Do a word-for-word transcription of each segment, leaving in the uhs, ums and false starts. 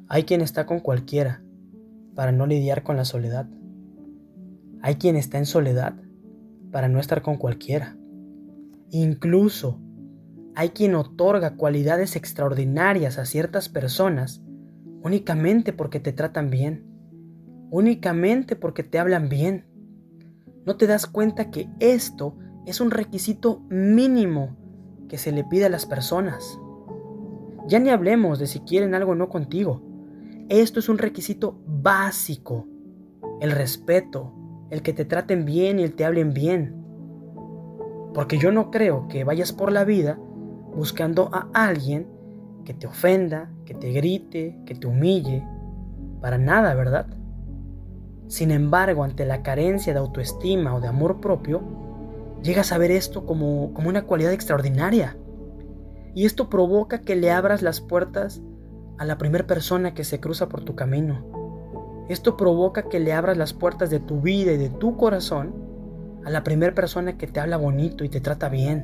Hay quien está con cualquiera para no lidiar con la soledad. Hay quien está en soledad para no estar con cualquiera. Incluso hay quien otorga cualidades extraordinarias a ciertas personas únicamente porque te tratan bien, únicamente porque te hablan bien. ¿No te das cuenta que esto es un requisito mínimo que se le pide a las personas? Ya ni hablemos de si quieren algo o no contigo. Esto es un requisito básico. El respeto, el que te traten bien y el que te hablen bien. Porque yo no creo que vayas por la vida buscando a alguien que te ofenda, que te grite, que te humille. Para nada, ¿verdad? Sin embargo, ante la carencia de autoestima o de amor propio, llegas a ver esto como, como una cualidad extraordinaria. Y esto provoca que le abras las puertas a la primera persona que se cruza por tu camino. Esto provoca que le abras las puertas de tu vida y de tu corazón a la primera persona que te habla bonito y te trata bien.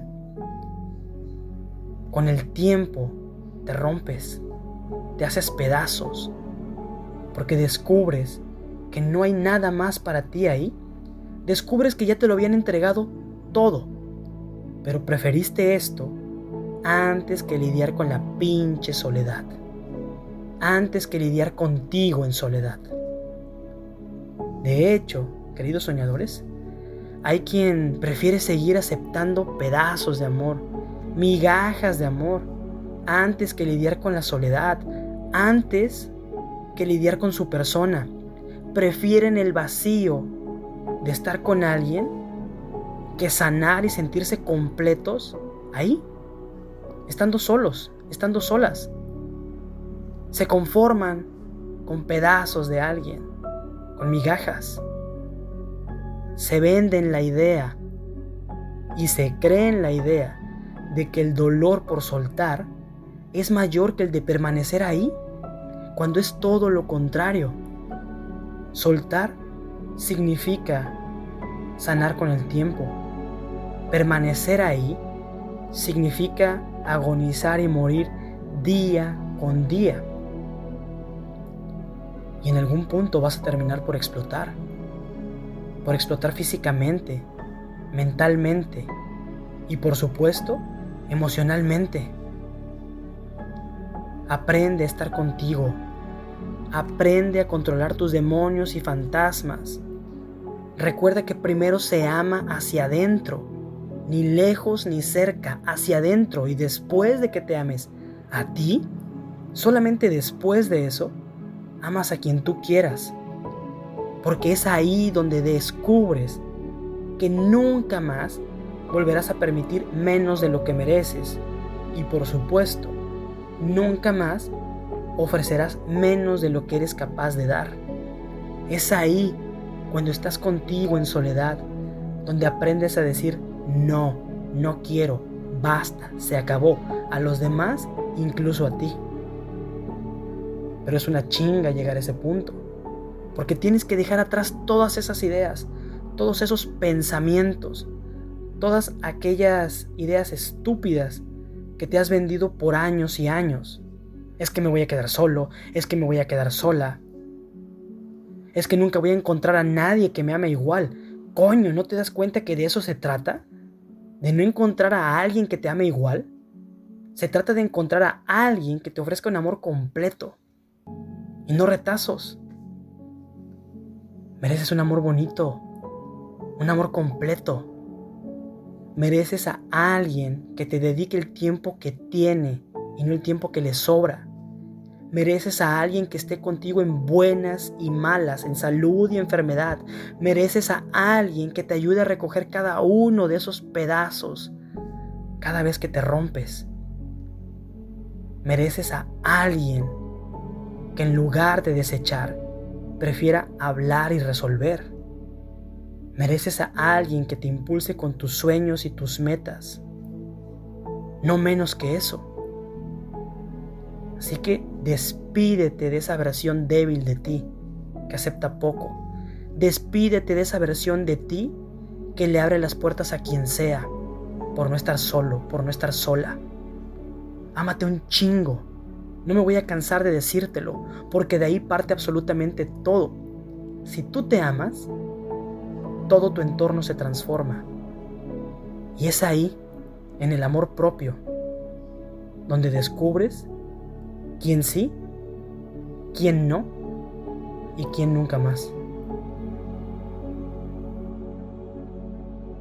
Con el tiempo te rompes, te haces pedazos, porque descubres que no hay nada más para ti ahí. Descubres que ya te lo habían entregado todo, pero preferiste esto antes que lidiar con la pinche soledad, antes que lidiar contigo en soledad. De hecho, queridos soñadores, hay quien prefiere seguir aceptando pedazos de amor, migajas de amor, antes que lidiar con la soledad, antes que lidiar con su persona. Prefieren el vacío de estar con alguien que sanar y sentirse completos ahí, estando solos, estando solas. Se conforman con pedazos de alguien, con migajas. Se venden la idea y se creen la idea de que el dolor por soltar es mayor que el de permanecer ahí, cuando es todo lo contrario. Soltar significa sanar con el tiempo. Permanecer ahí significa agonizar y morir día con día. Y en algún punto vas a terminar por explotar. Por explotar físicamente, mentalmente y, por supuesto, emocionalmente. Aprende a estar contigo. Aprende a controlar tus demonios y fantasmas. Recuerda que primero se ama hacia adentro, ni lejos ni cerca, hacia adentro. Y después de que te ames a ti, solamente después de eso, amas a quien tú quieras. Porque es ahí donde descubres que nunca más volverás a permitir menos de lo que mereces. Y por supuesto, nunca más ofrecerás menos de lo que eres capaz de dar. Es ahí, cuando estás contigo en soledad, donde aprendes a decir no, no quiero, basta, se acabó, a los demás, incluso a ti. Pero es una chinga llegar a ese punto, porque tienes que dejar atrás todas esas ideas, todos esos pensamientos, todas aquellas ideas estúpidas que te has vendido por años y años. Es que me voy a quedar solo, es que me voy a quedar sola, es que nunca voy a encontrar a nadie que me ame igual. Coño, ¿no te das cuenta que de eso se trata? ¿De no encontrar a alguien que te ame igual? Se trata de encontrar a alguien que te ofrezca un amor completo y no retazos. Mereces un amor bonito, un amor completo. Mereces a alguien que te dedique el tiempo que tiene y no el tiempo que le sobra. Mereces a alguien que esté contigo en buenas y malas, en salud y enfermedad. Mereces a alguien que te ayude a recoger cada uno de esos pedazos cada vez que te rompes. Mereces a alguien que en lugar de desechar, prefiera hablar y resolver. Mereces a alguien que te impulse con tus sueños y tus metas. No menos que eso. Así que despídete de esa versión débil de ti, que acepta poco. Despídete de esa versión de ti que le abre las puertas a quien sea, por no estar solo, por no estar sola. Ámate un chingo. No me voy a cansar de decírtelo, porque de ahí parte absolutamente todo. Si tú te amas, todo tu entorno se transforma. Y es ahí, en el amor propio, donde descubres quién sí, quién no y quién nunca más.